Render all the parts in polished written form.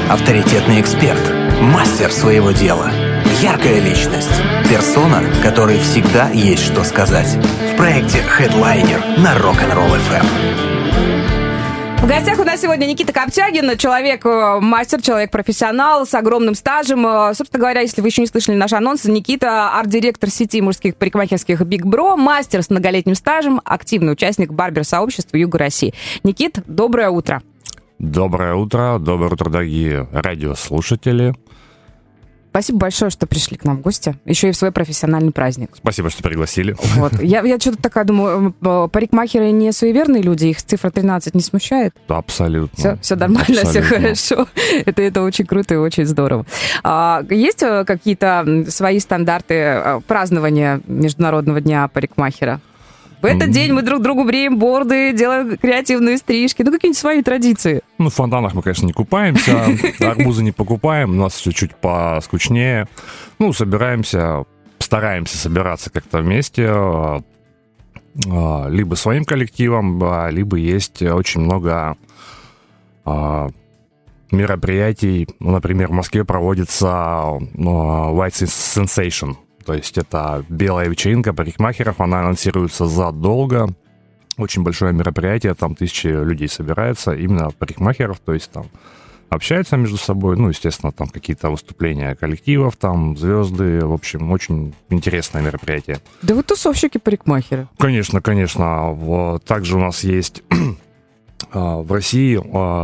авторитетный эксперт, мастер своего дела, яркая личность, персона, которой всегда есть что сказать. В проекте Headliner на Rock'n'Roll FM. В гостях у нас сегодня Никита Копчагин, человек-мастер, человек-профессионал с огромным стажем. Собственно говоря, если вы еще не слышали наш анонс, Никита — арт-директор сети мужских парикмахерских Big Bro, мастер с многолетним стажем, активный участник барбер-сообщества Юга России. Никит, доброе утро. Доброе утро, дорогие радиослушатели. Спасибо большое, что пришли к нам в гости. Еще и в свой профессиональный праздник. Спасибо, что пригласили. Вот. Я что-то такая думаю, парикмахеры не суеверные люди, их цифра 13 не смущает? Абсолютно. Все нормально, абсолютно. Все хорошо. Это очень круто и очень здорово. Есть какие-то свои стандарты празднования Международного дня парикмахера? В этот день мы друг другу бреем бороды, делаем креативные стрижки. Какие-нибудь свои традиции. В фонтанах мы, конечно, не купаемся, арбузы не покупаем, у нас чуть-чуть поскучнее. Собираемся, стараемся собираться как-то вместе, либо своим коллективом, либо есть очень много мероприятий. Например, в Москве проводится White Sensation. То есть это белая вечеринка парикмахеров, она анонсируется задолго. Очень большое мероприятие, там 1000 людей собирается, именно парикмахеров, то есть там общаются между собой, естественно, там какие-то выступления коллективов, там звезды, в общем, очень интересное мероприятие. Да вы тусовщики-парикмахеры. Конечно. Также у нас есть в России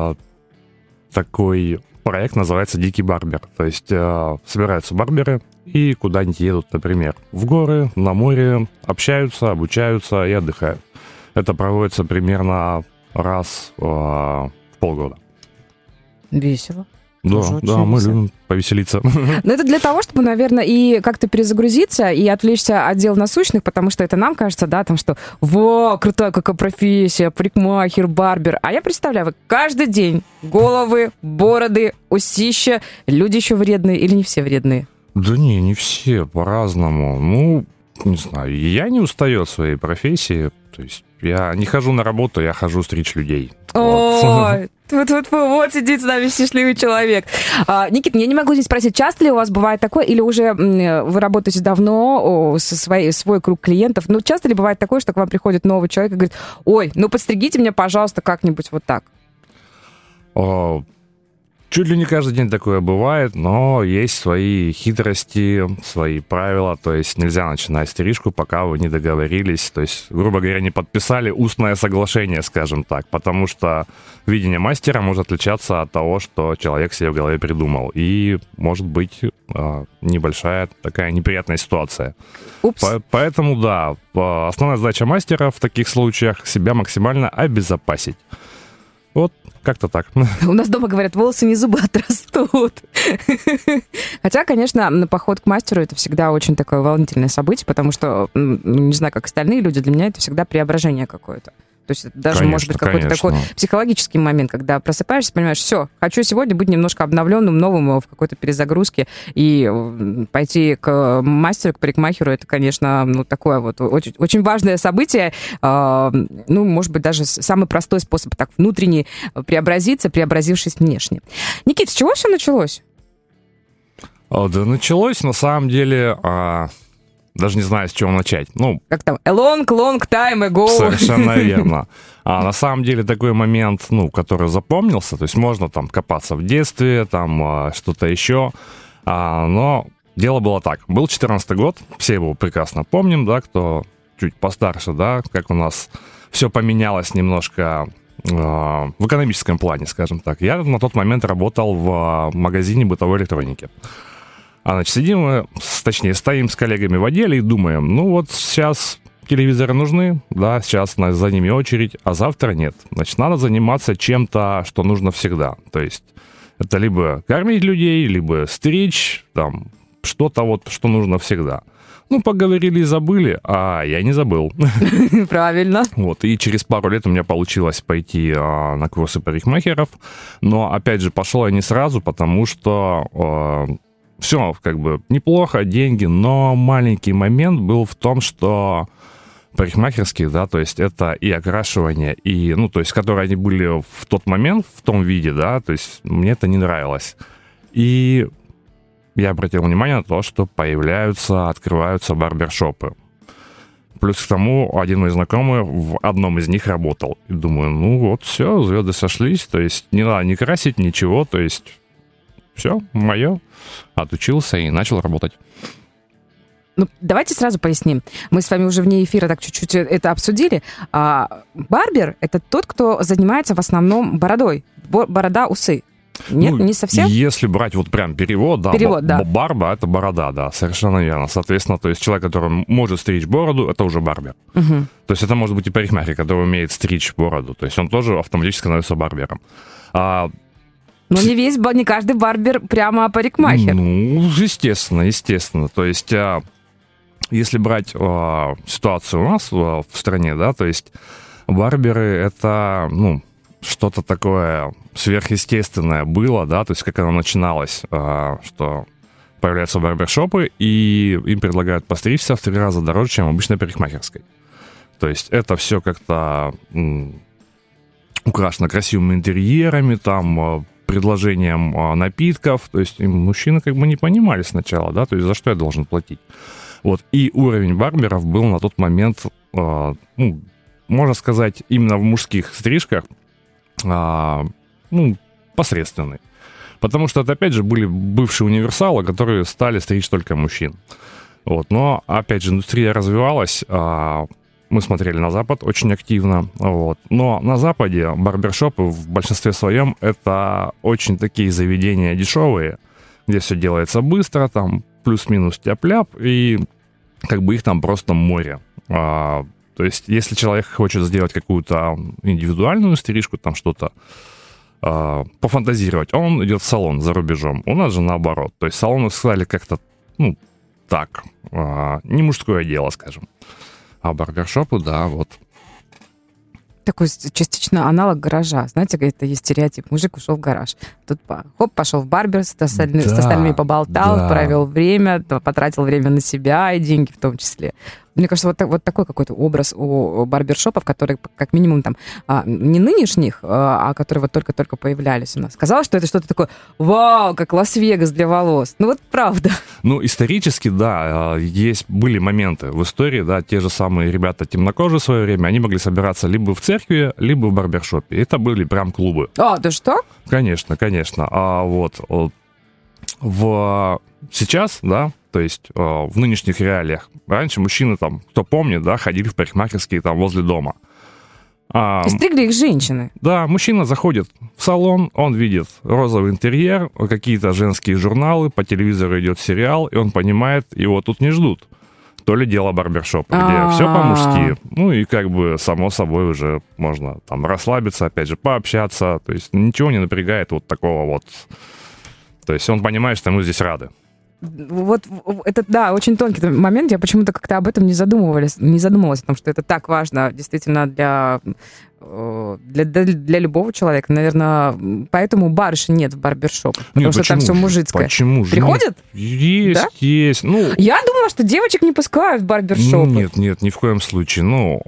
такой проект, называется «Дикий барбер». То есть собираются барберы и куда-нибудь едут, например, в горы, на море, общаются, обучаются и отдыхают. Это проводится примерно раз в полгода. Весело. Да, мы любим повеселиться. Но это для того, чтобы, наверное, и как-то перезагрузиться, и отвлечься от дел насущных, потому что это нам кажется, да, что крутая какая профессия, парикмахер, барбер. А я представляю, каждый день головы, бороды, усища, люди еще вредные или не все вредные? Да не все, по-разному. Не знаю, я не устаю от своей профессии, то есть я не хожу на работу, я хожу стричь людей. Ой, вот сидит с нами счастливый человек. Никит, я не могу здесь спросить, часто ли у вас бывает такое, или уже вы работаете давно, свой круг клиентов, часто ли бывает такое, что к вам приходит новый человек и говорит: ой, подстригите меня, пожалуйста, как-нибудь вот так? Чуть ли не каждый день такое бывает, но есть свои хитрости, свои правила, то есть нельзя начинать стрижку, пока вы не договорились, то есть, грубо говоря, не подписали устное соглашение, скажем так, потому что видение мастера может отличаться от того, что человек себе в голове придумал, и может быть небольшая такая неприятная ситуация. Упс. Поэтому, да, основная задача мастера в таких случаях — себя максимально обезопасить. Вот как-то так. У нас дома говорят, волосы не зубы отрастут. Хотя, конечно, поход к мастеру — это всегда очень такое волнительное событие, потому что, не знаю, как остальные люди, для меня это всегда преображение какое-то. То есть это даже конечно, может быть какой-то такой психологический момент, когда просыпаешься, понимаешь, все, хочу сегодня быть немножко обновленным, новым, в какой-то перезагрузке, и пойти к мастеру, к парикмахеру, это, конечно, такое вот очень, очень важное событие, может быть, даже самый простой способ так внутренне преобразиться, преобразившись внешне. Никит, с чего все началось? Да началось, на самом деле... Даже не знаю, с чего начать. Как там? A long time ago. Совершенно верно. А на самом деле такой момент, который запомнился, то есть можно там копаться в детстве, там что-то еще, но дело было так. Был 2014 год, все его прекрасно помним, да, кто чуть постарше, да, как у нас все поменялось немножко в экономическом плане, скажем так. Я на тот момент работал в магазине бытовой электроники. Стоим с коллегами в отделе и думаем, сейчас телевизоры нужны, да, сейчас за ними очередь, а завтра нет. Значит, надо заниматься чем-то, что нужно всегда. То есть это либо кормить людей, либо стричь, там, что-то что нужно всегда. Поговорили и забыли, а я не забыл. Правильно. И через пару лет у меня получилось пойти на курсы парикмахеров, но, опять же, пошел я не сразу, потому что... Все, неплохо, деньги, но маленький момент был в том, что парикмахерские, да, то есть это и окрашивание, и, ну, то есть, которые они были в тот момент, в том виде, да, то есть мне это не нравилось. И я обратил внимание на то, что открываются барбершопы. Плюс к тому, один мой знакомый в одном из них работал. И думаю, ну вот, все, звезды сошлись, то есть не надо не красить, ничего, то есть все, мое. Отучился и начал работать. Ну, давайте сразу поясним. Мы с вами уже вне эфира так чуть-чуть это обсудили. Барбер — это тот, кто занимается в основном бородой. Борода, усы. Нет, не совсем? Если брать вот прям перевод, да. Барба — это борода, да, совершенно верно. Соответственно, то есть человек, который может стричь бороду, это уже барбер. Угу. То есть это может быть и парикмахер, который умеет стричь бороду. То есть он тоже автоматически становится барбером. Но не каждый барбер прямо парикмахер. Ну, естественно. То есть если брать ситуацию у нас в стране, да, то есть барберы — это, ну, что-то такое сверхъестественное было, да, то есть как оно начиналось, что появляются барбершопы, и им предлагают постричься в 3 раза дороже, чем в обычной парикмахерской. То есть это все как-то украшено красивыми интерьерами, там, предложением напитков, то есть мужчины как бы не понимали сначала, да, то есть за что я должен платить. Вот, и уровень барберов был на тот момент, ну, можно сказать, именно в мужских стрижках, ну, посредственный. Потому что это, опять же, были бывшие универсалы, которые стали стричь только мужчин. Вот. Но, опять же, индустрия развивалась, мы смотрели на Запад очень активно. Вот. Но на Западе барбершопы в большинстве своем это очень такие заведения дешевые, где все делается быстро, там плюс-минус тяп-ляп, и как бы их там просто море. То есть, если человек хочет сделать какую-то индивидуальную стрижку, там что-то пофантазировать, он идет в салон за рубежом. У нас же наоборот. То есть салоны стали как-то, ну, так, не мужское дело, скажем. А барбершопы, да, вот. Такой частично аналог гаража. Знаете, это есть стереотип. Мужик ушел в гараж. Тут пошел в барбер, с остальными поболтал, провел время, потратил время на себя и деньги в том числе. Мне кажется, вот такой какой-то образ у барбершопов, которые, как минимум, там, не нынешних, а которые вот только-только появлялись у нас. Казалось, что это что-то такое, вау, как Лас-Вегас для волос. Ну вот правда. Ну, исторически, да, были моменты в истории, да, те же самые ребята темнокожие в свое время, они могли собираться либо в церкви, либо в барбершопе. Это были прям клубы. Да что? Конечно. Сейчас, да, то есть в нынешних реалиях, раньше мужчины, там, кто помнит, да, ходили в парикмахерские там возле дома. И стригли их женщины. Да, мужчина заходит в салон, он видит розовый интерьер, какие-то женские журналы, по телевизору идет сериал, и он понимает, его тут не ждут. То ли дело барбершопа, где все по-мужски. Ну и как бы само собой уже можно там расслабиться, опять же, пообщаться. То есть ничего не напрягает вот такого вот. То есть он понимает, что ему здесь рады. Вот это, да, очень тонкий момент. Я почему-то как-то об этом не задумывалась, о том, что это так важно действительно для любого человека. Наверное, поэтому барышни нет в барбершопах, потому что там все мужицкое. Почему же? Приходят? Есть, да? Есть. Ну, я думала, что девочек не пускают в барбершопы. Нет, ни в коем случае.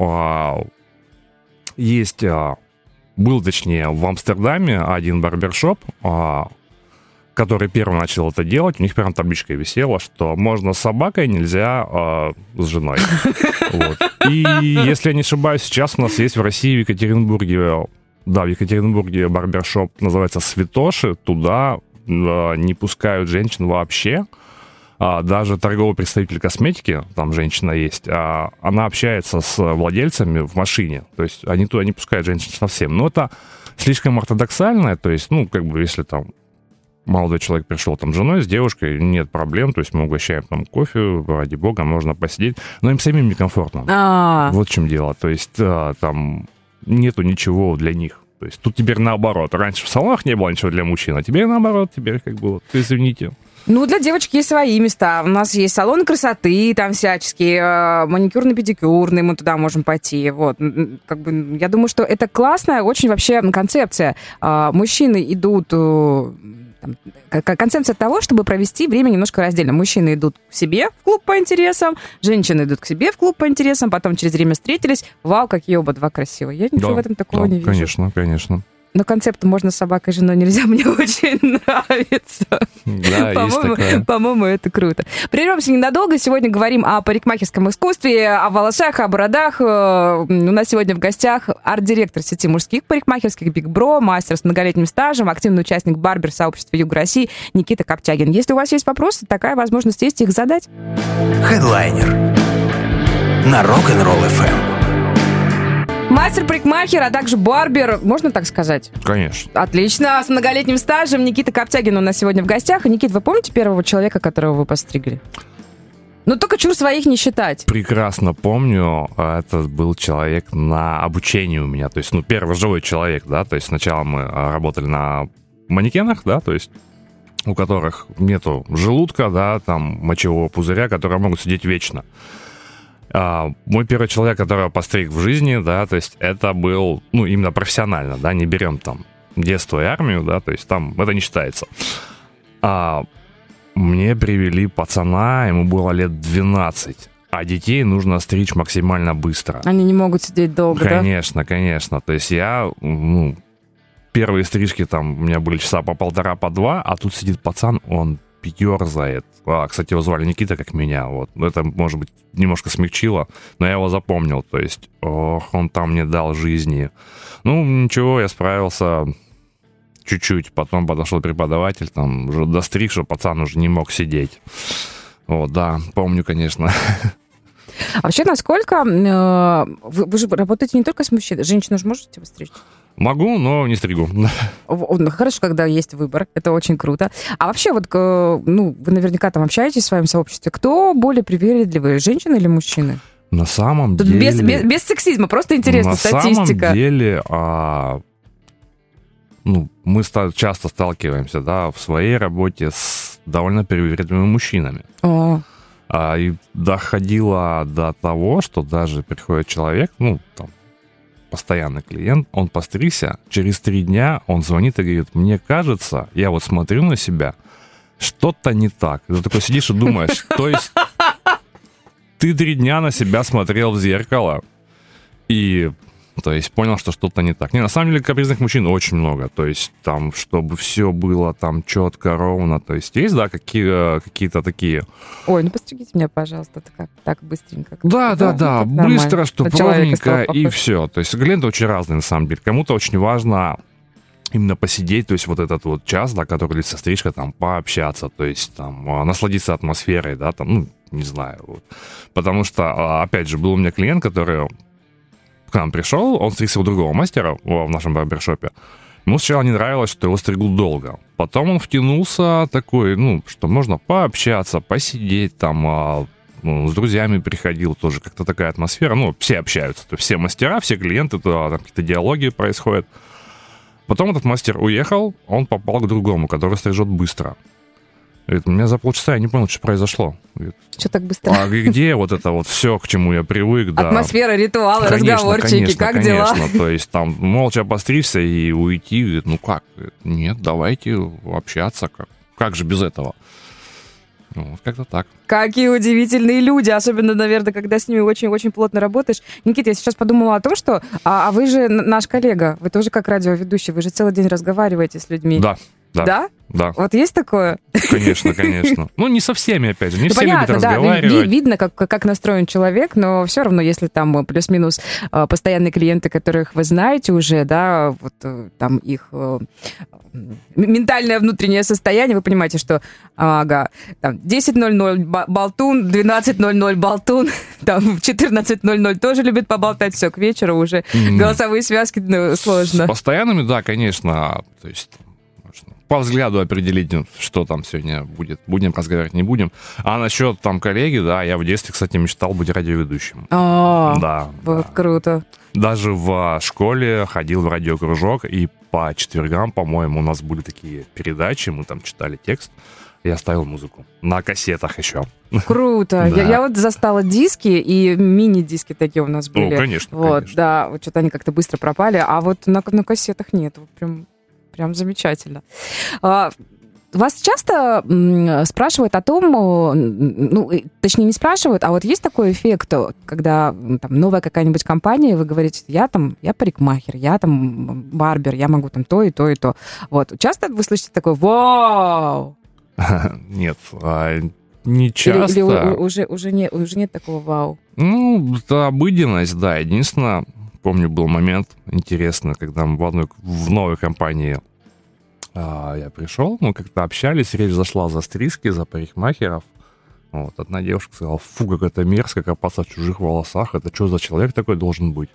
Есть, был, точнее, в Амстердаме один барбершоп, который первым начал это делать, у них прям табличка висела, что можно с собакой, нельзя с женой. Вот. И, если я не ошибаюсь, сейчас у нас есть в России, в Екатеринбурге, барбершоп, называется «Святоши», туда не пускают женщин вообще. Даже торговый представитель косметики, там женщина есть, она общается с владельцами в машине, то есть они туда не пускают женщин совсем. Но это слишком ортодоксально, то есть, ну, как бы, если там молодой человек пришел там с женой, с девушкой, нет проблем, то есть мы угощаем там кофе, ради бога, можно посидеть, но им самим некомфортно. Вот в чем дело, то есть там нету ничего для них. То есть тут теперь наоборот. Раньше в салонах не было ничего для мужчин, а теперь наоборот, теперь как бы вот, извините. Ну, для девочек есть свои места. У нас есть салоны красоты, там всяческие, маникюрно-педикюрные, мы туда можем пойти. Вот. Как бы, я думаю, что это классная очень вообще концепция. Мужчины идут концепция того, чтобы провести время немножко раздельно. Мужчины идут к себе в клуб по интересам, женщины идут к себе в клуб по интересам, потом через время встретились. Вау, какие оба два красивые. Я ничего в этом такого не вижу. Конечно. Но концепт «можно с собакой, женой нельзя» мне очень нравится. Да, есть такое. По-моему, это круто. Прервемся ненадолго. Сегодня говорим о парикмахерском искусстве, о волосах, о бородах. У нас сегодня в гостях арт-директор сети мужских парикмахерских Big Bro, мастер с многолетним стажем, активный участник барбер-сообщества Юг России Никита Копчагин. Если у вас есть вопросы, такая возможность есть их задать. Хедлайнер на Rock'n'Roll FM. Мастер-парикмахер, а также барбер, можно так сказать? Конечно. Отлично, с многолетним стажем. Никита Копчагин у нас сегодня в гостях. И, Никит, вы помните первого человека, которого вы постригли? Ну, только чур своих не считать. Прекрасно помню, это был человек на обучении у меня, то есть, первый живой человек, да, то есть сначала мы работали на манекенах, да, то есть у которых нету желудка, да, там мочевого пузыря, которые могут сидеть вечно. Мой первый человек, которого постриг в жизни, да, то есть это был, именно профессионально, да, не берем там детство и армию, да, то есть там это не считается. Мне привели пацана, ему было лет 12, а детей нужно стричь максимально быстро. Они не могут сидеть долго, конечно, то есть я, первые стрижки там у меня были часа по 1,5, по 2, а тут сидит пацан, он ерзает. Кстати, его звали Никита, как меня. Вот. Это, может быть, немножко смягчило, но я его запомнил. То есть, он там мне дал жизни. Ничего, я справился чуть-чуть. Потом подошел преподаватель, там уже достриг, что пацан уже не мог сидеть. Вот, да, помню, конечно. А вообще, насколько... Вы же работаете не только с мужчиной. Женщину же можете постричь? Могу, но не стригу. Хорошо, когда есть выбор. Это очень круто. А вообще, вы наверняка там общаетесь в своем сообществе. Кто более привередливый, женщины или мужчины? На самом Тут деле... Без сексизма, просто интересно, статистика. На самом деле, мы часто сталкиваемся, да, в своей работе с довольно привередливыми мужчинами. И доходило до того, что даже приходит человек, постоянный клиент, он постригся, через 3 дня он звонит и говорит: мне кажется, я вот смотрю на себя, что-то не так. И ты такой сидишь и думаешь, то есть ты 3 дня на себя смотрел в зеркало и, то есть, понял, что что-то не так. На самом деле капризных мужчин очень много, то есть там, чтобы все было там четко, ровно, то есть есть, да, какие-то такие... Ой, постригите меня, пожалуйста, так быстренько. Да, быстро, чтобы ровненько и все. То есть клиенты очень разные, на самом деле. Кому-то очень важно именно посидеть, то есть вот этот вот час, да, который длится стрижка, там, пообщаться, то есть там насладиться атмосферой, да, там, не знаю. Вот. Потому что, опять же, был у меня клиент, который к нам пришел, он стригся у другого мастера в нашем барбершопе. Ему сначала не нравилось, что его стригут долго. Потом он втянулся такой, что можно пообщаться, посидеть там, с друзьями приходил, тоже как-то такая атмосфера. Все общаются, то есть все мастера, все клиенты, там какие-то диалоги происходят. Потом этот мастер уехал, он попал к другому, который стрижет быстро. Говорит: у меня за полчаса я не понял, что произошло. Говорит: что так быстро? А где вот это вот все, к чему я привык? Да. Атмосфера, ритуалы, разговорчики, как дела? То есть там молча постричься и уйти. Говорит: как? Говорит: нет, давайте общаться. Как же без этого? Вот, как-то так. Какие удивительные люди, особенно, наверное, когда с ними очень-очень плотно работаешь. Никита, я сейчас подумала о том, что... А вы же наш коллега, вы тоже как радиоведущий, вы же целый день разговариваете с людьми. Да. Да? Да. Вот есть такое? Конечно. Не со всеми, опять же. Не все понятно, любят разговаривать. Видно, как настроен человек, но все равно, если там плюс-минус постоянные клиенты, которых вы знаете уже, да, вот там их ментальное внутреннее состояние, вы понимаете, что там 10:00 болтун, 12:00 болтун, там 14:00 тоже любит поболтать, все, к вечеру уже голосовые связки сложно. С постоянными, да, конечно, то есть... По взгляду определить, что там сегодня будет. Будем разговаривать, не будем. А насчет там коллеги, да, я в детстве, кстати, мечтал быть радиоведущим. Да. Вот круто. Даже в школе ходил в радиокружок, и по четвергам, по-моему, у нас были такие передачи, мы там читали текст, я ставил музыку. На кассетах еще. Круто. Да. Я вот застала диски, и мини-диски такие у нас были. Конечно, вот, конечно. Да, вот что-то они как-то быстро пропали, а вот на кассетах нет. Прям замечательно. вас часто спрашивают о том, ну, точнее, не спрашивают, а вот есть такой эффект, когда там новая какая-нибудь компания, вы говорите, я парикмахер, я там барбер, я могу там то и то и то. Вот. Часто вы слышите такое «Вау!» Нет, не часто. Или уже нет такого «Вау»? Ну, это обыденность, да. Единственное, помню, был момент интересный, когда мы в новой компании я пришел, мы как-то общались, речь зашла за стрижки, за парикмахеров. Вот, одна девушка сказала, фу, как это мерзко копаться в чужих волосах, это что за человек такой должен быть?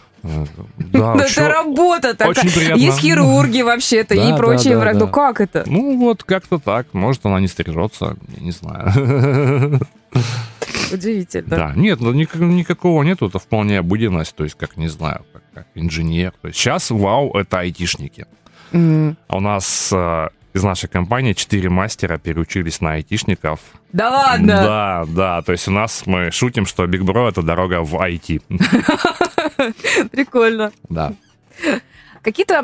Да, это работа такая. Очень приятно. Есть хирурги вообще-то и прочие врачи. Ну как это? Ну вот как-то так. Может, она не стрижется, я не знаю. Удивительно. Да, нет, никакого нету, это вполне обыденность, то есть, как, не знаю, как инженер. То есть сейчас, вау, это айтишники. А у нас из нашей компании 4 мастера переучились на айтишников. Да ладно? Да, то есть у нас мы шутим, что Big Bro — это дорога в IT. Прикольно. Да. Какие-то,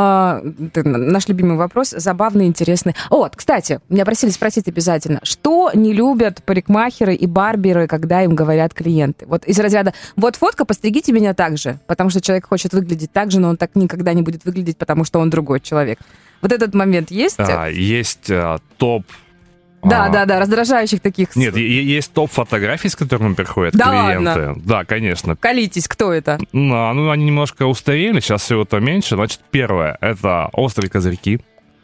наш любимый вопрос, забавные, интересные. Вот, кстати, меня просили спросить обязательно, что не любят парикмахеры и барберы, когда им говорят клиенты? Вот из разряда, вот фотка, постригите меня так же, потому что человек хочет выглядеть так же, но он так никогда не будет выглядеть, потому что он другой человек. Вот этот момент есть? Есть топ... Да, раздражающих таких. Нет, есть топ фотографий, с которыми приходят клиенты. Ладно? Да, конечно. Колитесь, кто это? Ну, они немножко устарели, сейчас всего-то меньше. Значит, первое, это острые козырьки.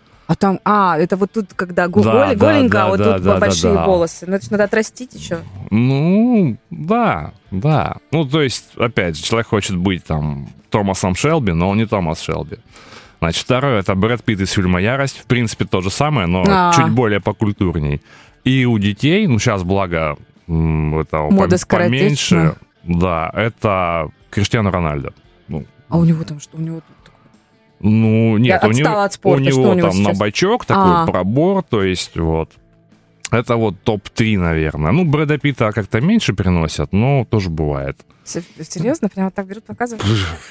Это вот тут, когда голенько, а вот тут большие волосы. Ну, это же надо отрастить еще. Ну, да. Ну, то есть, опять же, человек хочет быть там Томасом Шелби, но он не Томас Шелби. Значит, второе, это Брэд Питт из фильма «Ярость». В принципе, то же самое, но чуть более покультурней. И у детей, ну, сейчас, благо, этого поменьше. Да, это Криштиану Рональдо. А у него там что? У него тут... Ну, нет, у него там на бочок такой пробор, то есть вот. Это вот топ-3, наверное. Ну, Брэда Питта как-то меньше приносят, но тоже бывает. Серьезно? Прямо так берут, показывают?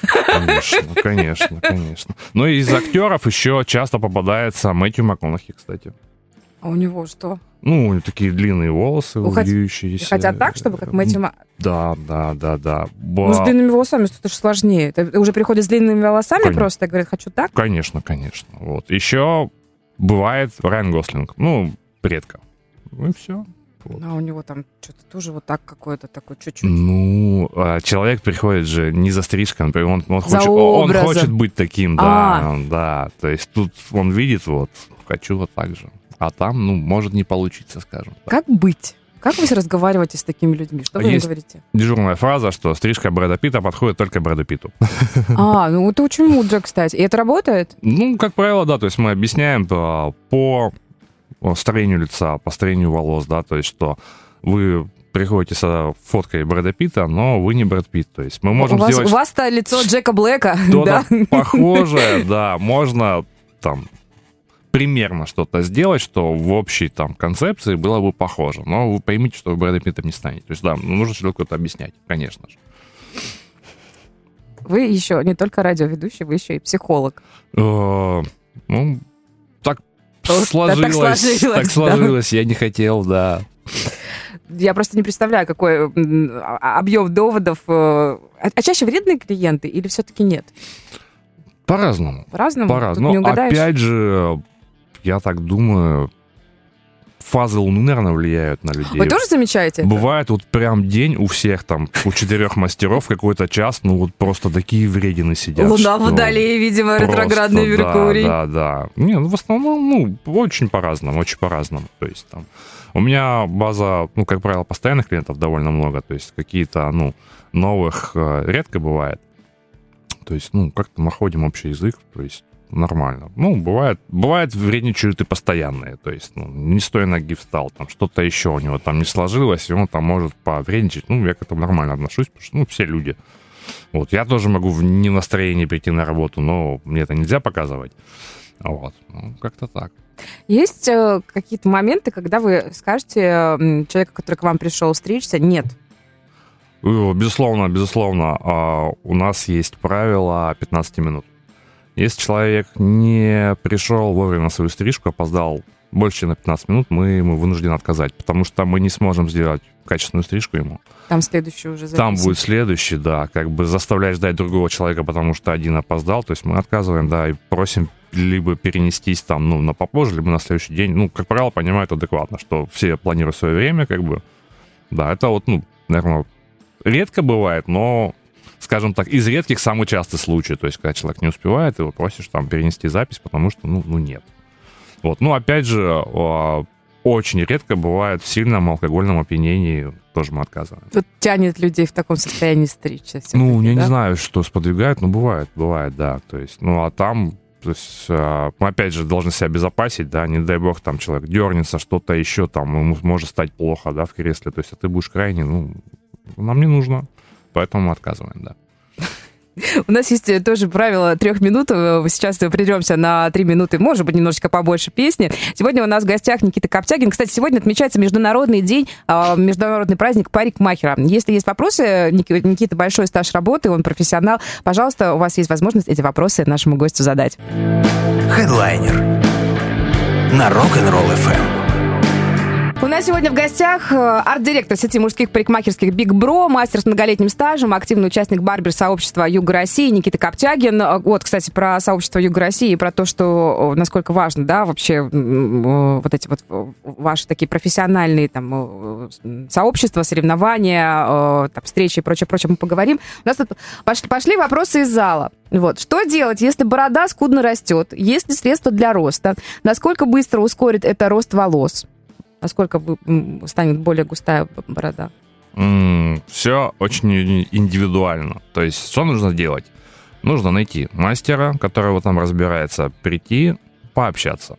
Конечно. Ну, и из актеров еще часто попадается Мэтью МакКонахи, кстати. А у него что? Ну, у него такие длинные волосы, вьющиеся. Хотят так, чтобы как Мэтью Да. Ну, с длинными волосами это же сложнее. Это уже приходят с длинными волосами просто и говорят, хочу так? Конечно. Вот. Еще бывает Райан Гослинг. Ну, редко. Ну и все. Вот. А у него там что-то тоже вот так какое-то такое чуть-чуть. Ну, человек приходит же не за стрижкой, он хочет быть таким, да. То есть тут он видит, вот, хочу вот так же. А там, ну, может не получиться, скажем так. Как быть? Как вы разговариваете с такими людьми? Что вы им говорите? Дежурная фраза, что стрижка Брэда Питта подходит только Брэду Питту. Ну это очень мудро, кстати. И это работает? Ну, как правило, да. То есть мы объясняем по строению лица, по строению волос, да, то есть что вы приходите с фоткой Брэда Питта, но вы не Брэд Питт, то есть мы можем сделать... У вас-то лицо Джека Блэка, да? Похожее, да, можно там примерно что-то сделать, что в общей там концепции было бы похоже, но вы поймите, что вы Брэда Питтом не станете. То есть да, нужно человеку это объяснять, конечно же. Вы еще не только радиоведущий, вы еще и психолог. Ну, так сложилось, я не хотел, да. Я просто не представляю, какой объем доводов. А чаще вредные клиенты или все-таки нет? По-разному. Тут не угадаешь? Опять же, я так думаю, фазы Луны, наверное, влияют на людей. Вы тоже замечаете это? Бывает вот прям день у всех там, у 4 мастеров какой-то час, ну вот просто такие вредины сидят. Луна в Водолее, видимо, ретроградный Меркурий. Да. Не, ну в основном, очень по-разному. То есть там у меня база, ну, как правило, постоянных клиентов довольно много, то есть какие-то, новых редко бывает. То есть, как-то находим общий язык, то есть нормально. Ну, бывает вредничают и постоянные, то есть, не с той ноги встал, там что-то еще у него там не сложилось, и он там может повредничать. Я к этому нормально отношусь, потому что, все люди. Вот, я тоже могу не в настроении прийти на работу, но мне это нельзя показывать. Вот, как-то так. Есть какие-то моменты, когда вы скажете человеку, который к вам пришел стричься, нет? Безусловно. У нас есть правило 15 минут. Если человек не пришел вовремя на свою стрижку, опоздал больше, чем на 15 минут, мы ему вынуждены отказать, потому что мы не сможем сделать качественную стрижку ему. Там следующий уже записан. Там будет следующий, да, как бы заставляешь ждать другого человека, потому что один опоздал, то есть мы отказываем, да, и просим либо перенестись там, ну, на попозже, либо на следующий день. Ну, как правило, понимают адекватно, что все планируют свое время, как бы. Да, это вот, ну, наверное, редко бывает, но, скажем так, из редких самый частый случай. То есть, когда человек не успевает, его просишь там перенести запись, потому что, ну нет. Вот, ну, опять же, очень редко бывает в сильном алкогольном опьянении, тоже мы отказываем. Тут тянет людей в таком состоянии стричься. Ну, я да? не знаю, что сподвигает, но бывает, да. То есть, ну, а там, то есть, мы опять же должны себя обезопасить, да, не дай бог, там человек дернется, что-то еще, там, ему может стать плохо, да, в кресле, то есть, а ты будешь крайне, ну, нам не нужно, поэтому мы отказываем, да. У нас есть тоже правило 3 минут. Сейчас придемся на 3 минуты, может быть, немножечко побольше песни. Сегодня у нас в гостях Никита Коптягин. Кстати, сегодня отмечается Международный день, международный праздник парикмахера. Если есть вопросы, Никита большой стаж работы, он профессионал. Пожалуйста, у вас есть возможность эти вопросы нашему гостю задать. Хедлайнер на Rock'n'Roll FM. У нас сегодня в гостях арт-директор сети мужских парикмахерских Big Bro, мастер с многолетним стажем, активный участник барбер-сообщества Юга России Никита Коптягин. Вот, кстати, про сообщество Юга России и про то, что насколько важно, да, вообще вот эти вот ваши такие профессиональные там сообщества, соревнования, там, встречи и прочее, мы поговорим. У нас тут пошли вопросы из зала. Вот. Что делать, если борода скудно растет? Есть ли средства для роста? Насколько быстро ускорит это рост волос? Насколько станет более густая борода? Все очень индивидуально. То есть, что нужно делать? Нужно найти мастера, который вот там разбирается, прийти, пообщаться.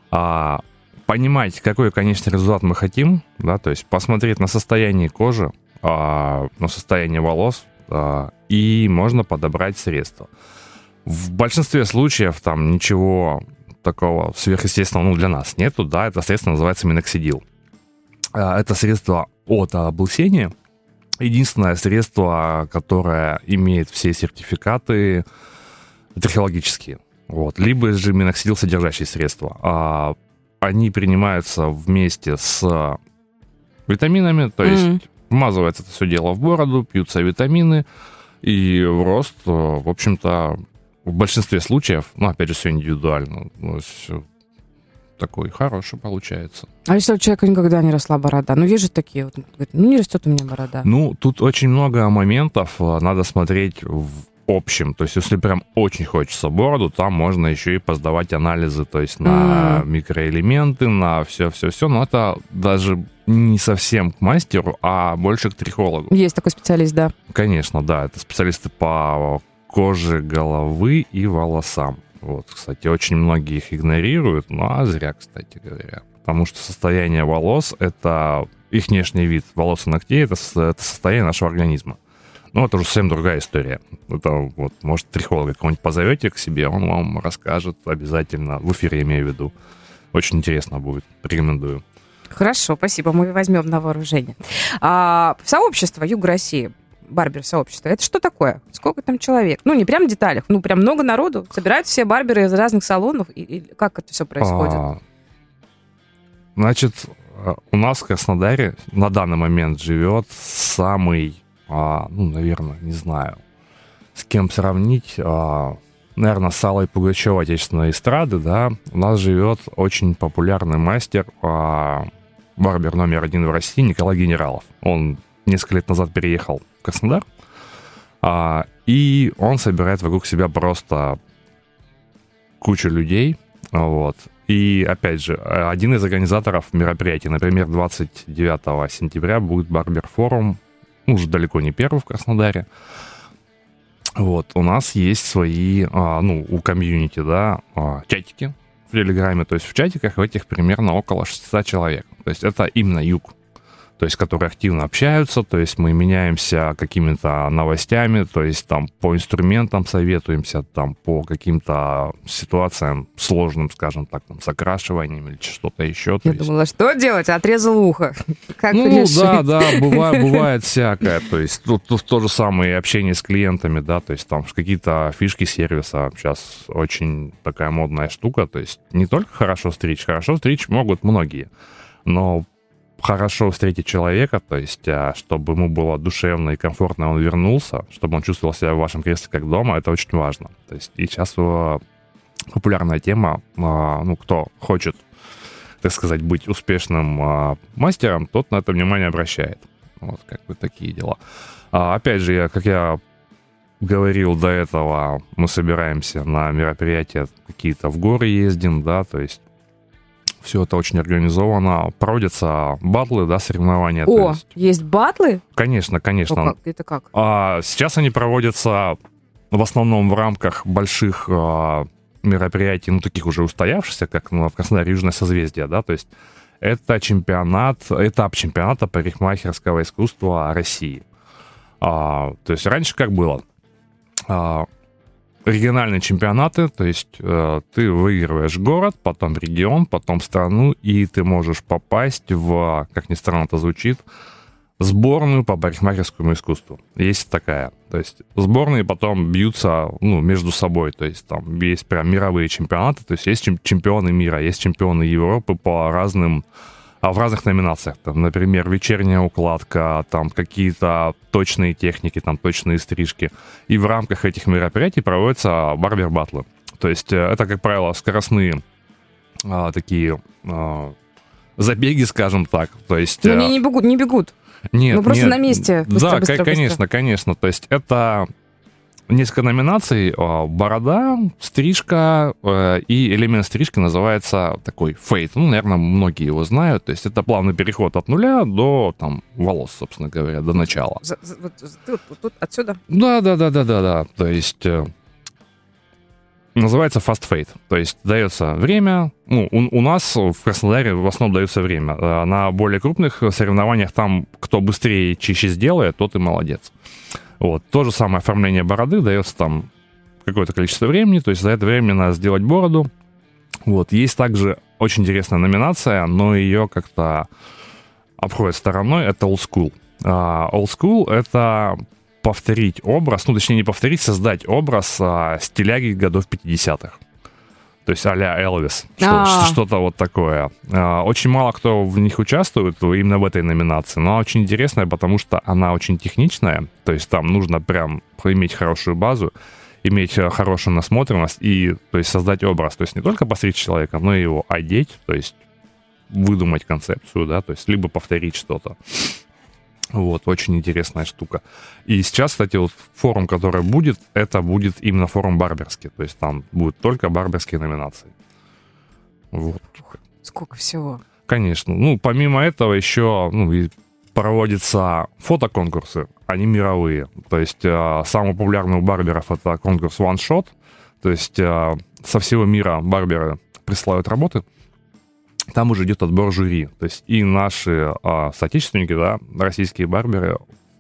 Понимать, какой конечный результат мы хотим, да, то есть посмотреть на состояние кожи, на состояние волос, и можно подобрать средства. В большинстве случаев там ничего такого сверхъестественного, ну, для нас нету, да, это средство называется миноксидил. Это средство от облысения. Единственное средство, которое имеет все сертификаты трихологические. Вот. Либо же миноксидил содержащие средства. Они принимаются вместе с витаминами, то есть вмазывается это все дело в бороду, пьются витамины, и рост, в общем-то, в большинстве случаев, ну, опять же, все индивидуально, все такой хороший получается. А если у человека никогда не росла борода? Ну, есть же такие вот, ну, не растет у меня борода. Ну, тут очень много моментов, надо смотреть в общем. То есть, если прям очень хочется бороду, там можно еще и поздавать анализы, то есть на микроэлементы, на все-все-все, но это даже не совсем к мастеру, а больше к трихологу. Есть такой специалист, да. Конечно, да, это специалисты по кожи головы и волосам. Вот, кстати, очень многие их игнорируют, ну а зря, кстати говоря. Потому что состояние волос — это их внешний вид. Волос и ногтей — это состояние нашего организма. Ну, это уже совсем другая история. Это вот, может, трихолога кого-нибудь позовете к себе, он вам расскажет обязательно. В эфире, я имею в виду. Очень интересно будет. Рекомендую. Хорошо, спасибо. Мы возьмем на вооружение. Сообщество Юга России, барбер-сообщество, это что такое? Сколько там человек? Ну, не прям в деталях, ну, прям много народу. Собираются все барберы из разных салонов? И как это все происходит? Значит, у нас в Краснодаре на данный момент живет самый, ну, наверное, не знаю, с кем сравнить, наверное, с Аллой Пугачевой отечественной эстрады, да, у нас живет очень популярный мастер, барбер номер 1 в России Николай Генералов. Он несколько лет назад переехал в Краснодар, и он собирает вокруг себя просто кучу людей, вот. И, опять же, один из организаторов мероприятий, например, 29 сентября будет барбер-форум, уже далеко не первый в Краснодаре. Вот, у нас есть свои, ну, у комьюнити, да, чатики в Телеграме, то есть в чатиках в этих примерно около 600 человек. То есть это именно юг. то есть которые активно общаются, то есть мы меняемся какими-то новостями, то есть там по инструментам советуемся, там по каким-то ситуациям сложным, скажем так, там, с окрашиванием или что-то еще. Я думала, что делать? Отрезал ухо. Как решить? Да, бывает всякое. То есть тут то же самое и общение с клиентами, да, то есть там какие-то фишки сервиса. Сейчас очень такая модная штука, то есть не только хорошо стричь могут многие, но хорошо встретить человека, то есть чтобы ему было душевно и комфортно, он вернулся, чтобы он чувствовал себя в вашем кресле как дома, это очень важно. То есть и сейчас популярная тема, кто хочет, так сказать, быть успешным мастером, тот на это внимание обращает. Вот как бы такие дела. Опять же, как я говорил до этого, мы собираемся на мероприятия какие-то в горы ездим, да, то есть все это очень организовано. Проводятся батлы, да, соревнования. О, есть батлы? Конечно. Это как? Сейчас они проводятся в основном в рамках больших мероприятий, таких уже устоявшихся, как в Краснодаре Южное созвездие, да, то есть это этап чемпионата парикмахерского искусства России. То есть раньше как было? Региональные чемпионаты, то есть ты выигрываешь город, потом регион, потом страну, и ты можешь попасть в, как ни странно это звучит, сборную по парикмахерскому искусству. Есть такая. То есть сборные потом бьются между собой. То есть там есть прям мировые чемпионаты, то есть есть чемпионы мира, есть чемпионы Европы по разным в разных номинациях. Там, например, вечерняя укладка, там какие-то точные техники, там точные стрижки. И в рамках этих мероприятий проводятся барбер-баттлы. То есть это, как правило, скоростные такие забеги, скажем так. То есть, они не бегут. Нет, просто на месте. Быстро, конечно. То есть это несколько номинаций: борода, стрижка, и элемент стрижки называется такой фейд. Наверное, многие его знают. То есть это плавный переход от нуля до волос, собственно говоря, до начала. Тут отсюда? Да. То есть называется fast fade. То есть дается время. У нас в Краснодаре в основном дается время. На более крупных соревнованиях там кто быстрее и чище сделает, тот и молодец. Вот. То же самое оформление бороды, дается там какое-то количество времени, то есть за это время надо сделать бороду. Вот. Есть также очень интересная номинация, но ее как-то обходят стороной, это old school. Old school — это повторить образ, точнее не повторить, создать образ стиляги годов 50-х. То есть а-ля Элвис, что-то вот такое. Очень мало кто в них участвует, именно в этой номинации, но очень интересная, потому что она очень техничная, то есть там нужно прям иметь хорошую базу, иметь хорошую насмотренность и, то есть, создать образ. То есть не только постричь человека, но и его одеть, то есть выдумать концепцию, да, то есть либо повторить что-то. Вот, очень интересная штука. И сейчас, кстати, вот форум, который будет, это будет именно форум барберский. То есть там будут только барберские номинации. Вот. Сколько всего. Конечно. Помимо этого еще проводятся фотоконкурсы, они мировые. То есть самый популярный у барберов это конкурс One Shot. То есть со всего мира барберы присылают работы. Там уже идет отбор жюри. То есть и наши соотечественники, да, российские барберы,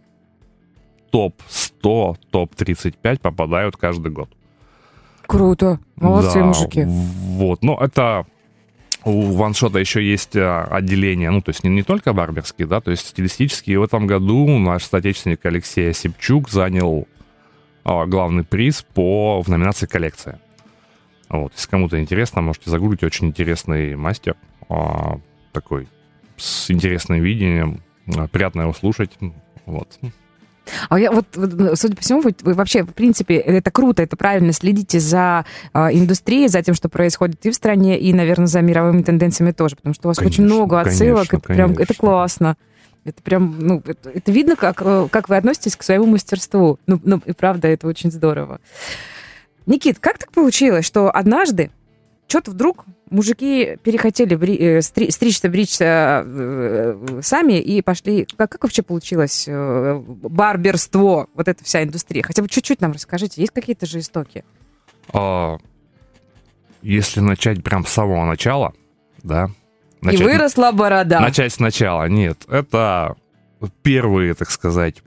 топ-100, топ-35 попадают каждый год. Круто. Молодцы, мужики. Вот. Это у ваншота еще есть отделение, то есть не только барберские, да, то есть стилистические. И в этом году наш соотечественник Алексей Осипчук занял главный приз в номинации «Коллекция». Вот. Если кому-то интересно, можете загуглить. Очень интересный мастер, такой с интересным видением, приятно его слушать. Вот. А я судя по всему, вы вообще, в принципе, это круто, это правильно, следите за индустрией, за тем, что происходит и в стране, и, наверное, за мировыми тенденциями тоже, потому что у вас очень много отсылок, это классно. Это прям, это видно, как вы относитесь к своему мастерству. И правда, это очень здорово. Никит, как так получилось, что однажды что-то вдруг мужики перехотели стричься сами и пошли... Как вообще получилось барберство, вот эта вся индустрия? Хотя бы чуть-чуть нам расскажите, есть какие-то же истоки? Если начать прям с самого начала, да, И выросла борода. Начать сначала. Нет, это первые, так сказать,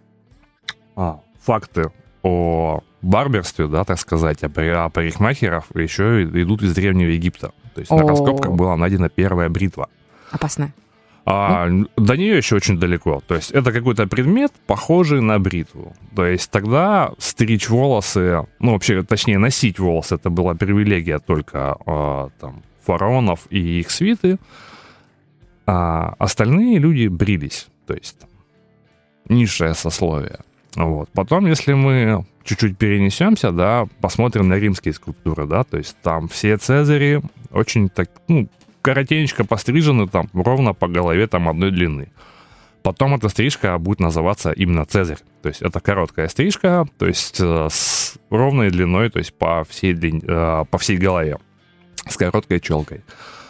факты о барберстве, да, так сказать, о парикмахерах еще идут из Древнего Египта. То есть на раскопках была найдена первая бритва. Опасная. До нее еще очень далеко. То есть это какой-то предмет, похожий на бритву. То есть тогда стричь волосы, ну, вообще, точнее, носить волосы, это была привилегия только там, фараонов и их свиты. А остальные люди брились. То есть там, низшее сословие. Вот. Потом, если мы чуть-чуть перенесемся, да, посмотрим на римские скульптуры, да, то есть там все цезари очень так, ну, коротенечко пострижены, там, ровно по голове, там, одной длины. Потом эта стрижка будет называться именно цезарь. То есть это короткая стрижка, то есть с ровной длиной, то есть по всей голове, с короткой челкой.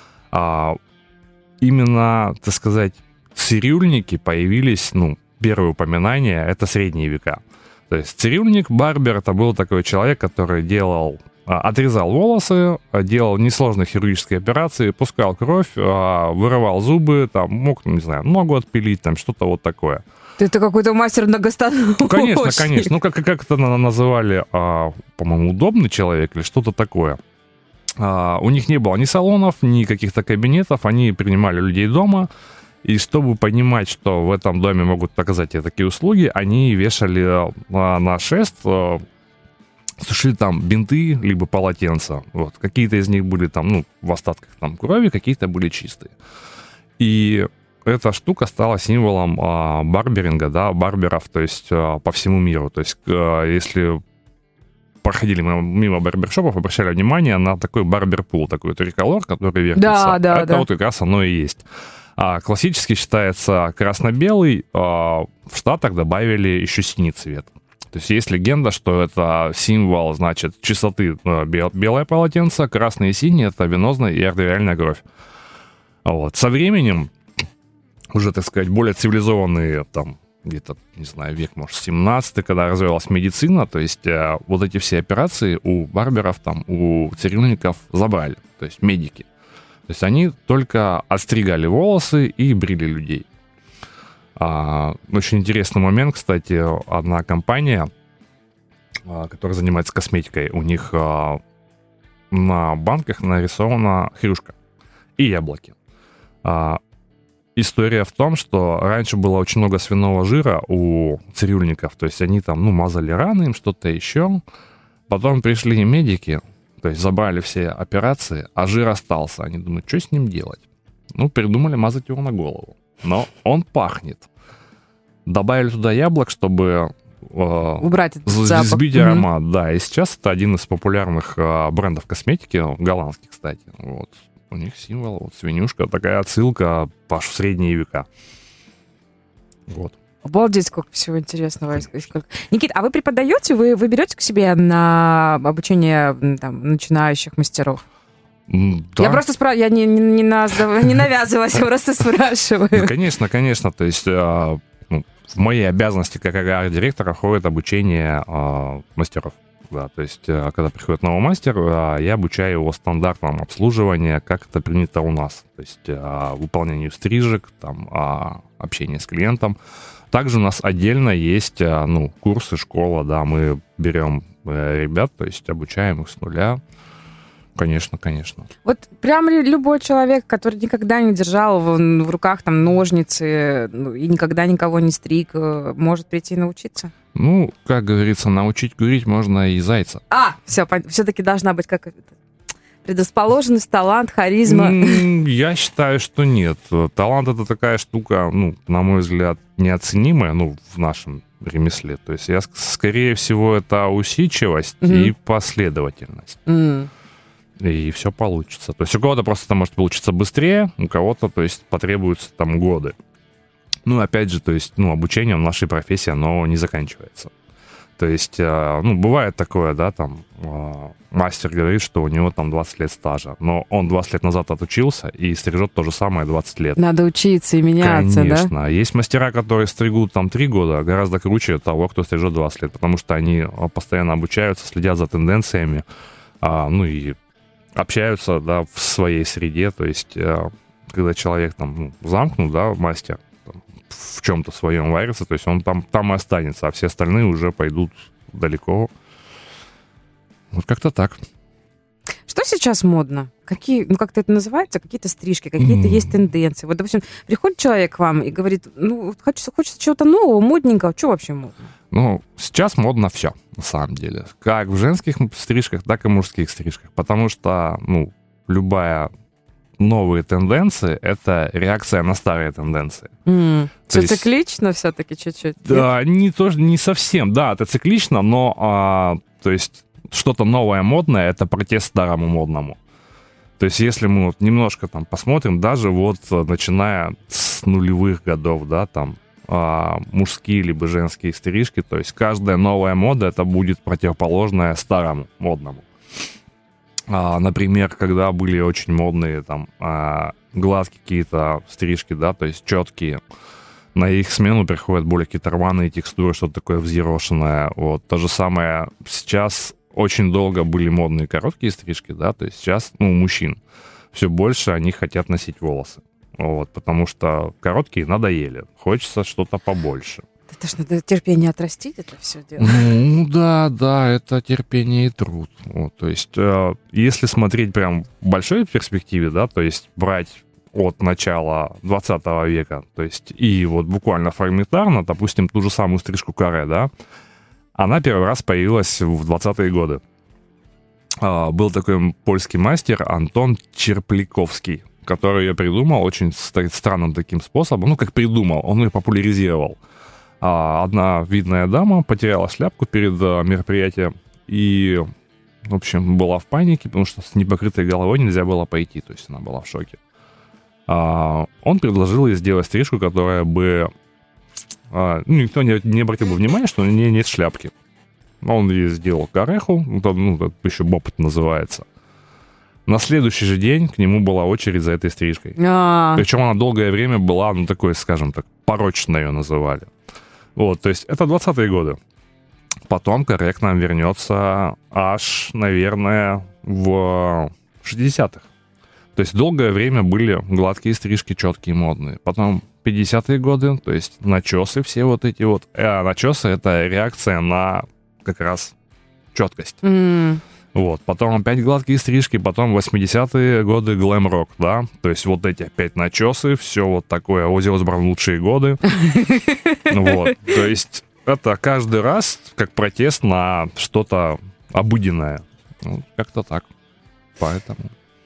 Именно, так сказать, цирюльники появились, ну, первые упоминания, это средние века. То есть цирюльник, барбер, это был такой человек, который отрезал волосы, делал несложные хирургические операции, пускал кровь, вырывал зубы, там, мог, не знаю, ногу отпилить, там, что-то вот такое. Это какой-то мастер многостаночник. Ну, конечно. Ну, как это называли, по-моему, удобный человек или что-то такое. У них не было ни салонов, ни каких-то кабинетов, они принимали людей дома, и чтобы понимать, что в этом доме могут оказать такие услуги, они вешали на шест, сушили там бинты, либо полотенца. Вот. Какие-то из них были там, ну, в остатках там крови, какие-то были чистые. И эта штука стала символом барберинга, да, барберов, то есть по всему миру. То есть если проходили мимо барбершопов, обращали внимание на такой барберпул, такой триколор, который вертится. Это вот как раз оно и есть. Классически считается красно-белый, в Штатах добавили еще синий цвет. То есть есть легенда, что это символ, значит, чистоты, белое полотенце, красное и синее — это венозная и артериальная кровь. Вот. Со временем уже, так сказать, более цивилизованные, там, где-то, не знаю, век, может, 17-й, когда развивалась медицина, то есть вот эти все операции у барберов, там, у цирюльников забрали, то есть медики. То есть они только отстригали волосы и брили людей. Очень интересный момент, кстати, одна компания, которая занимается косметикой, у них на банках нарисована хрюшка и яблоки. История в том, что раньше было очень много свиного жира у цирюльников, то есть они там, ну, мазали раны, им что-то еще. Потом пришли медики, то есть забрали все операции, а жир остался. Они думают, что с ним делать? Ну, придумали мазать его на голову. Но он пахнет. Добавили туда яблок, чтобы убрать этот запах. Сбить аромат, да. И сейчас это один из популярных брендов косметики, голландских, кстати. Вот. У них символ, вот, свинюшка, такая отсылка по средние века. Вот. Обалдеть, сколько всего интересного. Никит, а вы преподаете, вы берете к себе на обучение там, начинающих мастеров? Да. Я просто я не навязываюсь, я просто спрашиваю. Ну, конечно. То есть в моей обязанности как директора входит обучение мастеров. Да, то есть, когда приходит новый мастер, я обучаю его стандартам обслуживания, как это принято у нас. То есть, выполнению стрижек, там, общение с клиентом. Также у нас отдельно есть, курсы, школа, да, мы берем ребят, то есть, обучаем их с нуля. Конечно. Вот прям любой человек, который никогда не держал в руках там ножницы и никогда никого не стриг, может прийти и научиться? Ну, как говорится, научить курить можно и зайца. Все-таки должна быть как предрасположенность, талант, харизма. Я считаю, что нет. Талант — это такая штука, на мой взгляд, неоценимая, в нашем ремесле. То есть, скорее всего, это усидчивость и последовательность. И все получится. То есть у кого-то просто это может получиться быстрее, у кого-то, то есть, потребуются там годы. Опять же, то есть, обучение в нашей профессии, оно не заканчивается. То есть, бывает такое, да, там, мастер говорит, что у него там 20 лет стажа, но он 20 лет назад отучился и стрижет то же самое 20 лет. Надо учиться и меняться, конечно. Да? Есть мастера, которые стригут там 3 года, гораздо круче того, кто стрижет 20 лет, потому что они постоянно обучаются, следят за тенденциями, и общаются, да, в своей среде, то есть когда человек там замкнут, да, мастер, там, в чем-то своем варится, то есть он там и останется, а все остальные уже пойдут далеко. Вот как-то так. Что сейчас модно? Какие, как-то это называется, какие-то стрижки, какие-то есть тенденции. Вот, допустим, приходит человек к вам и говорит, хочется чего-то нового, модненького. Что вообще модно? Сейчас модно все, на самом деле. Как в женских стрижках, так и в мужских стрижках. Потому что, любая новые тенденции — это реакция на старые тенденции. Все циклично все-таки чуть-чуть? Да, не совсем. Да, это циклично, но, то есть, что-то новое модное — это протест старому модному. То есть, если мы немножко там посмотрим, даже начиная с нулевых годов, да, там, мужские либо женские стрижки, то есть каждая новая мода — это будет противоположная старому модному. Например, когда были очень модные там гладкие какие-то стрижки, да, то есть четкие, на их смену приходят более какие-то рваные текстуры, что-то такое взъерошенное. Вот. То же самое сейчас очень долго были модные короткие стрижки, да, то есть сейчас, у мужчин все больше они хотят носить волосы. Вот, потому что короткие надоели. Хочется что-то побольше. Это ж надо терпение отрастить, это все дело. Да, это терпение и труд. Вот, то есть, если смотреть прям в большой перспективе, да, то есть брать от начала 20 века, то есть и буквально фрагментарно, допустим, ту же самую стрижку каре, да, она первый раз появилась в 20-е годы. Был такой польский мастер Антон Черпляковский, который ее придумал очень странным таким способом. Как придумал, он ее популяризировал. Одна видная дама потеряла шляпку перед мероприятием и, в общем, была в панике, потому что с непокрытой головой нельзя было пойти, то есть она была в шоке. Он предложил ей сделать стрижку, которая бы... никто не обратил бы внимания, что у нее нет шляпки. Он ей сделал кареху, это еще боб называется. На следующий же день к нему была очередь за этой стрижкой. Причем она долгое время была, такой, скажем так, порочно ее называли. Вот, то есть это 20-е годы. Потом каре к нам вернется аж, наверное, в 60-х. То есть долгое время были гладкие стрижки, четкие, модные. Потом 50-е годы, то есть начесы все эти. Начесы — это реакция на как раз четкость. Вот. Потом опять гладкие стрижки, потом 80-е годы глэм-рок, да. То есть эти опять начесы, все такое. Оззи Осборн лучшие годы. Вот. То есть это каждый раз как протест на что-то обыденное. Как-то так. Поэтому...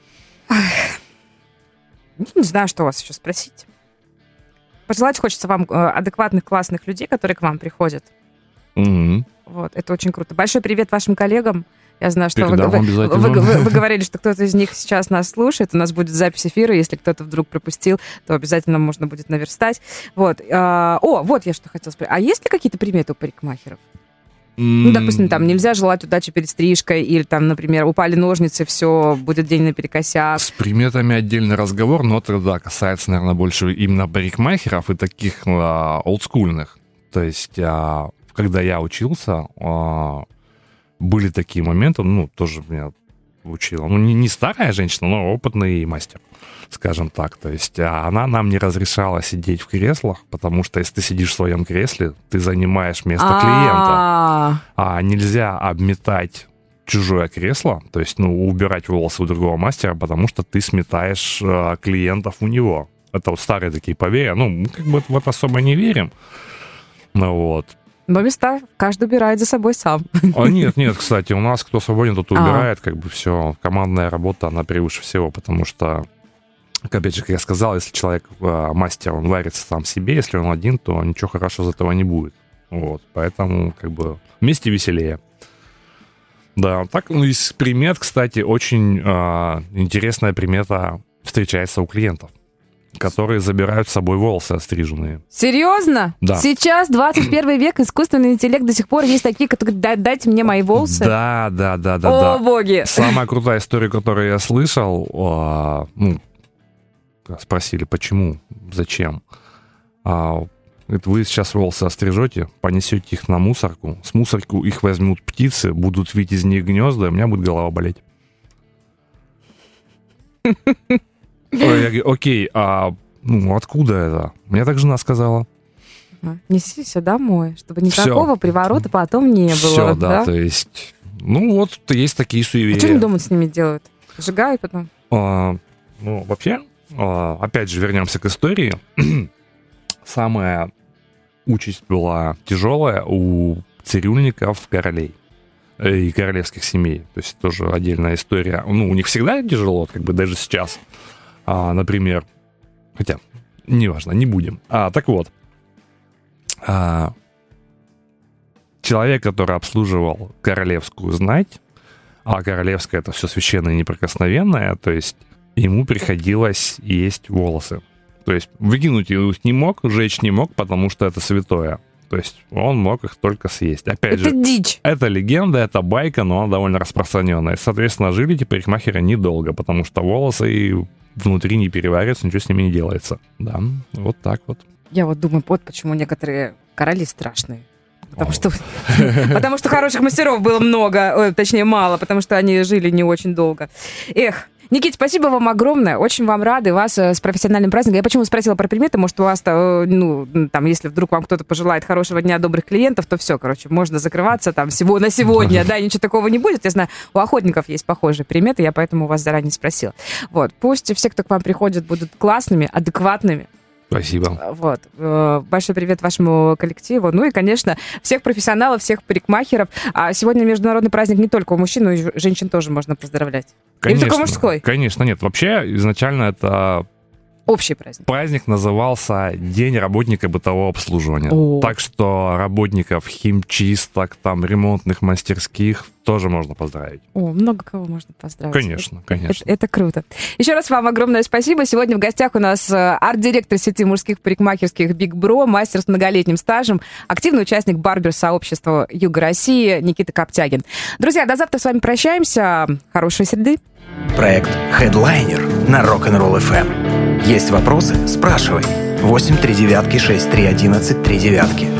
Не знаю, что у вас еще спросить. Пожелать хочется вам адекватных, классных людей, которые к вам приходят. Вот, это очень круто. Большой привет вашим коллегам. Я знаю, что вы говорили, что кто-то из них сейчас нас слушает. У нас будет запись эфира. Если кто-то вдруг пропустил, то обязательно можно будет наверстать. Вот. Вот я что хотела спросить. А есть ли какие-то приметы у парикмахеров? Допустим, там нельзя желать удачи перед стрижкой, или там, например, упали ножницы, все, будет день наперекосяк. С приметами отдельный разговор, но это, да, касается, наверное, больше именно парикмахеров и таких олдскульных. То есть, когда я учился, были такие моменты, тоже меня учила. Не старая женщина, но опытный мастер, скажем так. То есть она нам не разрешала сидеть в креслах, потому что если ты сидишь в своем кресле, ты занимаешь место клиента. А нельзя обметать чужое кресло, то есть, убирать волосы у другого мастера, потому что ты сметаешь клиентов у него. Это старые такие поверья. В это особо не верим. Но места каждый убирает за собой сам. Нет, кстати, у нас кто свободен, тот убирает, все, командная работа, она превыше всего, потому что, опять же, как я сказал, если человек мастер, он варится сам себе, если он один, то ничего хорошего из этого не будет. Вот, поэтому, вместе веселее. Да, так, из примет, кстати, очень интересная примета встречается у клиентов, которые забирают с собой волосы отстриженные. Серьезно? Да. Сейчас, 21 век, искусственный интеллект, до сих пор есть такие, которые дайте мне мои волосы? Да. О, боги! Самая крутая история, которую я слышал, спросили, почему, зачем. Говорит, вы сейчас волосы острижете, понесете их на мусорку, с мусорку их возьмут птицы, будут видеть из них гнезда, и у меня будет голова болеть. Я говорю, окей, откуда это? Мне так жена сказала. Несися домой, чтобы никакого приворота потом не было. Все, да, то есть... есть такие суеверия. А что они дома с ними делают? Сжигают потом? Вообще, опять же, вернемся к истории. Самая участь была тяжелая у цирюльников королей и королевских семей. То есть тоже отдельная история. У них всегда тяжело, даже сейчас. Например, хотя, неважно, не будем. Так вот, человек, который обслуживал королевскую знать, а королевская — это все священное и неприкосновенное, то есть ему приходилось есть волосы. То есть выкинуть их не мог, сжечь не мог, потому что это святое. То есть он мог их только съесть. Опять же, дичь. Это легенда, это байка, но она довольно распространенная. Соответственно, жили эти парикмахеры недолго, потому что волосы внутри не перевариваются, ничего с ними не делается. Да, вот так вот. Я думаю, почему некоторые короли страшные. Потому что хороших мастеров было много, точнее мало, потому что они жили не очень долго. Эх, Никит, спасибо вам огромное. Очень вам рады. Вас с профессиональным праздником. Я почему спросила про приметы? Может, у вас, если вдруг вам кто-то пожелает хорошего дня добрых клиентов, то все, можно закрываться на сегодня. Да, ничего такого не будет. Я знаю, у охотников есть похожие приметы, я поэтому у вас заранее спросила. Пусть все, кто к вам приходит, будут классными, адекватными. Спасибо. Большой привет вашему коллективу. И, конечно, всех профессионалов, всех парикмахеров. А сегодня международный праздник не только у мужчин, но и женщин тоже можно поздравлять. Конечно, или только мужской? Конечно, нет. Вообще, изначально это... Общий праздник. Праздник назывался День работника бытового обслуживания. Так что работников химчисток, ремонтных мастерских тоже можно поздравить. Много кого можно поздравить. Конечно. Это круто. Еще раз вам огромное спасибо. Сегодня в гостях у нас арт-директор сети мужских парикмахерских Big Bro, мастер с многолетним стажем, активный участник барбер-сообщества Юга России Никита Коптягин. Друзья, до завтра с вами прощаемся. Хорошей среды. Проект Headliner на Rock'n'Roll FM. Есть вопросы? Спрашивай. 839-6311-39.